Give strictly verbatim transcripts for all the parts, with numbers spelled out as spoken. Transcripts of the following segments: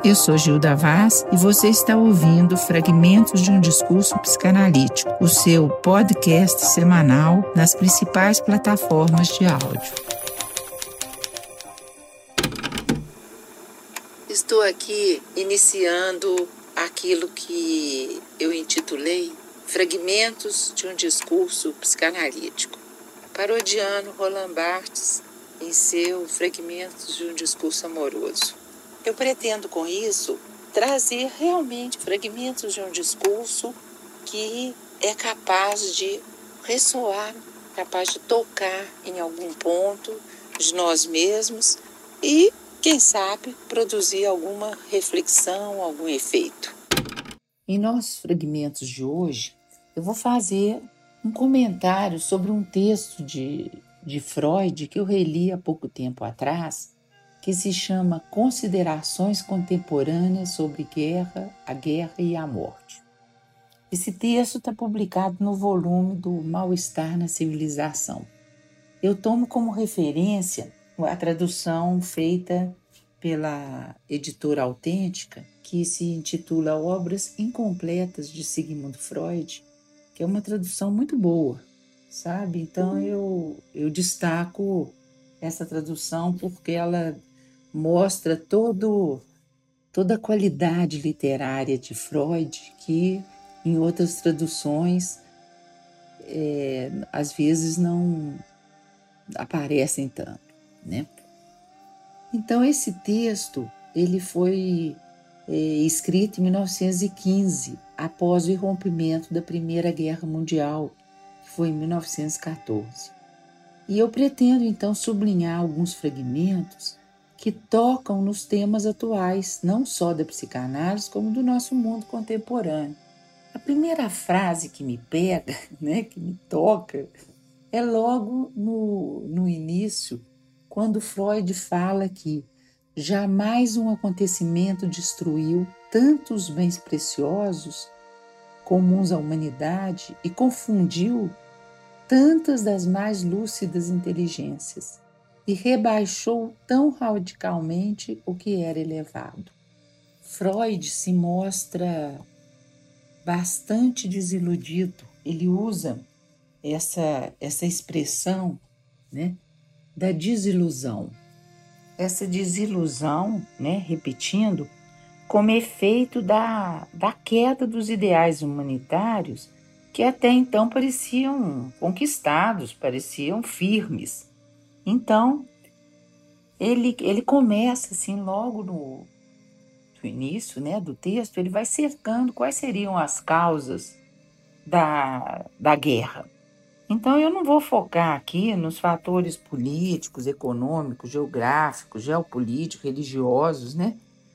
Eu sou Gilda Vaz e você está ouvindo Fragmentos de um Discurso Psicanalítico, o seu podcast semanal nas principais plataformas de áudio. Estou aqui iniciando aquilo que eu intitulei Fragmentos de um Discurso Psicanalítico, parodiando Roland Barthes em seu Fragmentos de um Discurso Amoroso. Eu pretendo com isso trazer realmente fragmentos de um discurso que é capaz de ressoar, capaz de tocar em algum ponto de nós mesmos e, quem sabe, produzir alguma reflexão, algum efeito. Em nossos fragmentos de hoje, eu vou fazer um comentário sobre um texto de, de Freud que eu reli há pouco tempo atrás, que se chama Considerações Contemporâneas sobre Guerra, a Guerra e a Morte. Esse texto está publicado no volume do Mal-Estar na Civilização. Eu tomo como referência a tradução feita pela editora Autêntica, que se intitula Obras Incompletas de Sigmund Freud, que é uma tradução muito boa, sabe? Então eu, eu destaco essa tradução porque ela mostra todo, toda a qualidade literária de Freud que em outras traduções é, às vezes não aparecem tanto, né? Então esse texto ele foi é, escrito em mil novecentos e quinze, após o irrompimento da Primeira Guerra Mundial, que foi em mil novecentos e catorze. E eu pretendo então sublinhar alguns fragmentos que tocam nos temas atuais, não só da psicanálise, como do nosso mundo contemporâneo. A primeira frase que me pega, né, que me toca, é logo no, no início, quando Freud fala que jamais um acontecimento destruiu tantos bens preciosos comuns à humanidade e confundiu tantas das mais lúcidas inteligências e rebaixou tão radicalmente o que era elevado. Freud se mostra bastante desiludido. Ele usa essa, essa expressão, né, da desilusão. Essa desilusão, né, repetindo, como efeito da, da queda dos ideais humanitários que até então pareciam conquistados, pareciam firmes. Então, ele, ele começa assim, logo no, no início, né, do texto, ele vai cercando quais seriam as causas da, da guerra. Então, eu não vou focar aqui nos fatores políticos, econômicos, geográficos, geopolíticos, religiosos, né,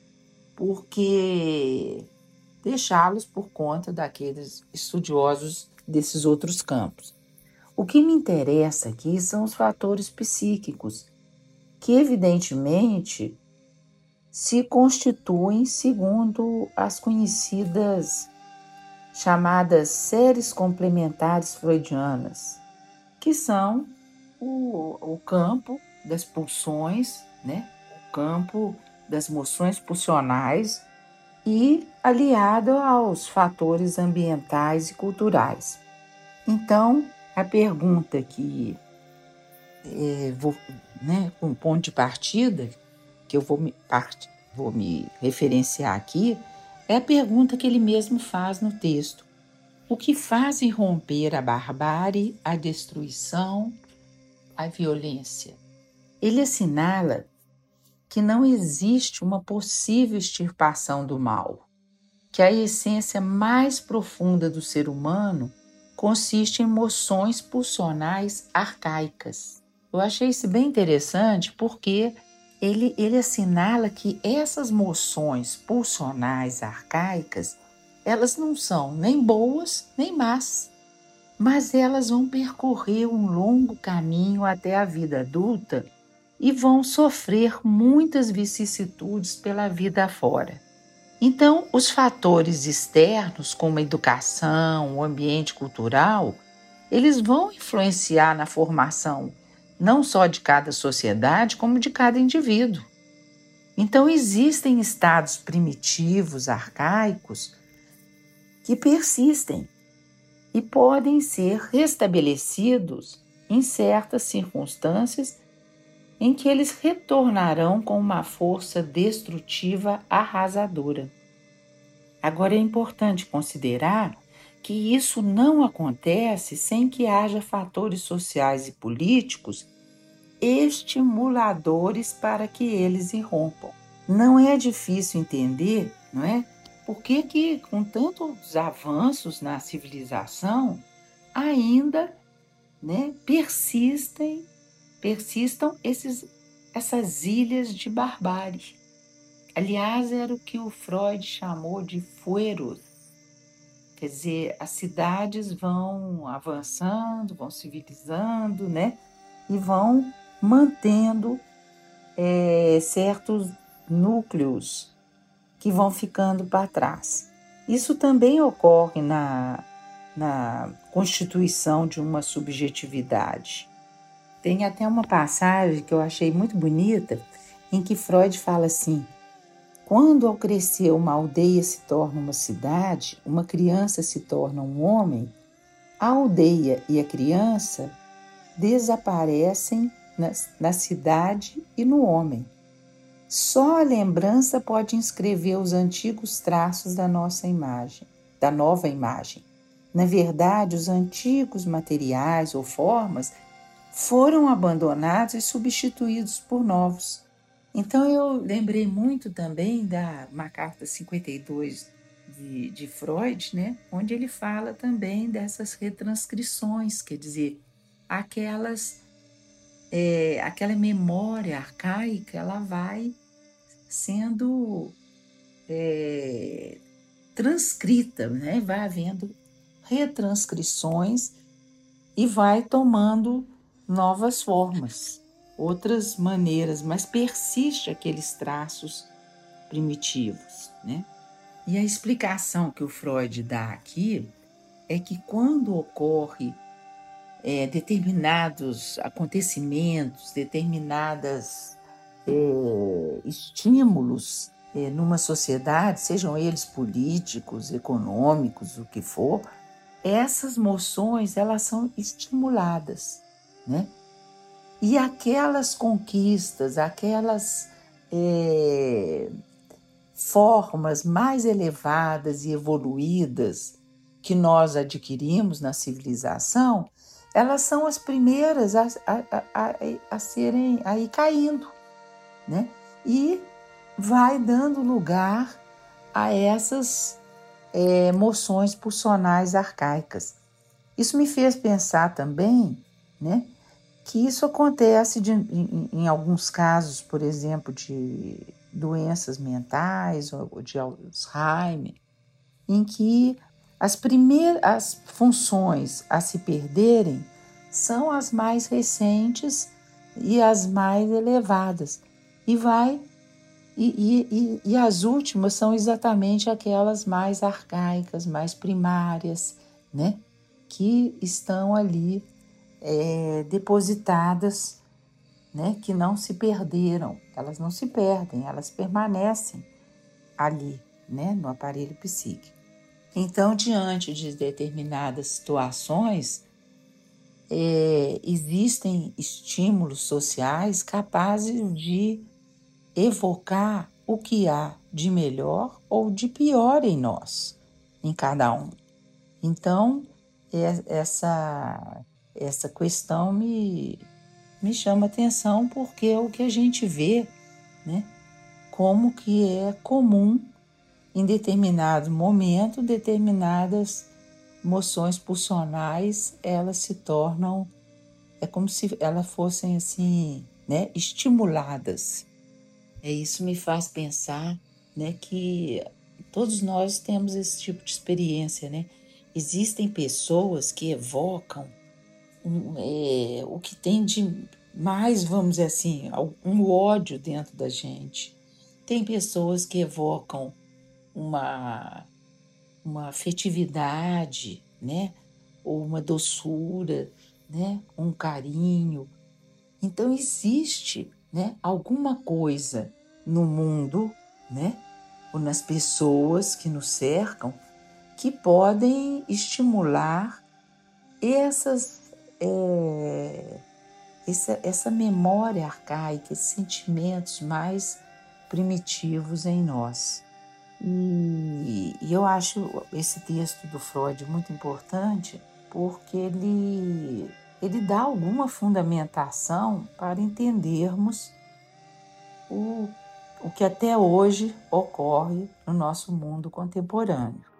porque deixá-los por conta daqueles estudiosos desses outros campos. O que me interessa aqui são os fatores psíquicos, que evidentemente se constituem segundo as conhecidas chamadas séries complementares freudianas, que são o, o campo das pulsões, né? O campo das moções pulsionais e aliado aos fatores ambientais e culturais. Então, a pergunta que é, vou, né, com um ponto de partida, que eu vou me, part, vou me referenciar aqui, é a pergunta que ele mesmo faz no texto. O que faz irromper a barbárie, a destruição, a violência? Ele assinala que não existe uma possível extirpação do mal, que a essência mais profunda do ser humano consiste em moções pulsionais arcaicas. Eu achei isso bem interessante porque ele, ele assinala que essas moções pulsionais arcaicas, elas não são nem boas nem más, mas elas vão percorrer um longo caminho até a vida adulta e vão sofrer muitas vicissitudes pela vida afora. Então, os fatores externos, como a educação, o ambiente cultural, eles vão influenciar na formação não só de cada sociedade, como de cada indivíduo. Então, existem estados primitivos, arcaicos, que persistem e podem ser restabelecidos em certas circunstâncias em que eles retornarão com uma força destrutiva arrasadora. Agora, é importante considerar que isso não acontece sem que haja fatores sociais e políticos estimuladores para que eles irrompam. Não é difícil entender, não é? Por que que, com tantos avanços na civilização, ainda, né, persistem, persistam esses, essas ilhas de barbárie. Aliás, era o que o Freud chamou de fueros. Quer dizer, as cidades vão avançando, vão civilizando, né? E vão mantendo é, certos núcleos que vão ficando para trás. Isso também ocorre na, na constituição de uma subjetividade. Tem até uma passagem que eu achei muito bonita, em que Freud fala assim: quando ao crescer uma aldeia se torna uma cidade, uma criança se torna um homem, a aldeia e a criança desaparecem na, na cidade e no homem. Só a lembrança pode inscrever os antigos traços da nossa imagem, da nova imagem. Na verdade, os antigos materiais ou formas foram abandonados e substituídos por novos. Então, eu lembrei muito também da uma carta cinquenta e dois de, de Freud, né? Onde ele fala também dessas retranscrições, quer dizer, aquelas, é, aquela memória arcaica, ela vai sendo é, transcrita, né? Vai havendo retranscrições e vai tomando novas formas, outras maneiras, mas persiste aqueles traços primitivos, né? E a explicação que o Freud dá aqui é que quando ocorre é, determinados acontecimentos, determinadas é, estímulos é, numa sociedade, sejam eles políticos, econômicos, o que for, essas moções elas são estimuladas, né? E aquelas conquistas, aquelas é, formas mais elevadas e evoluídas que nós adquirimos na civilização, elas são as primeiras a, a, a, a serem a ir caindo, né? E vai dando lugar a essas é, moções pulsionais arcaicas. Isso me fez pensar também, né, que isso acontece de, em, em alguns casos, por exemplo, de doenças mentais ou de Alzheimer, em que as primeiras as funções a se perderem são as mais recentes e as mais elevadas. E vai e, e, e, e as últimas são exatamente aquelas mais arcaicas, mais primárias, né, que estão ali é, depositadas, né, que não se perderam. Elas não se perdem, elas permanecem ali, né, no aparelho psíquico. Então, diante de determinadas situações, é, existem estímulos sociais capazes de evocar o que há de melhor ou de pior em nós, em cada um. Então, é, essa, essa questão me, me chama atenção, porque é o que a gente vê, né, como que é comum em determinado momento, determinadas moções pulsionais, elas se tornam, é como se elas fossem assim, né, estimuladas. É, isso me faz pensar, né, que todos nós temos esse tipo de experiência, né? Existem pessoas que evocam um, é, o que tem de mais, vamos dizer assim, um ódio dentro da gente. Tem pessoas que evocam uma, uma afetividade, né? Ou uma doçura, né? Um carinho. Então existe, né, alguma coisa no mundo, né, ou nas pessoas que nos cercam, que podem estimular essas, é, essa, essa memória arcaica, esses sentimentos mais primitivos em nós. E, e eu acho esse texto do Freud muito importante porque ele, ele dá alguma fundamentação para entendermos o, o que até hoje ocorre no nosso mundo contemporâneo.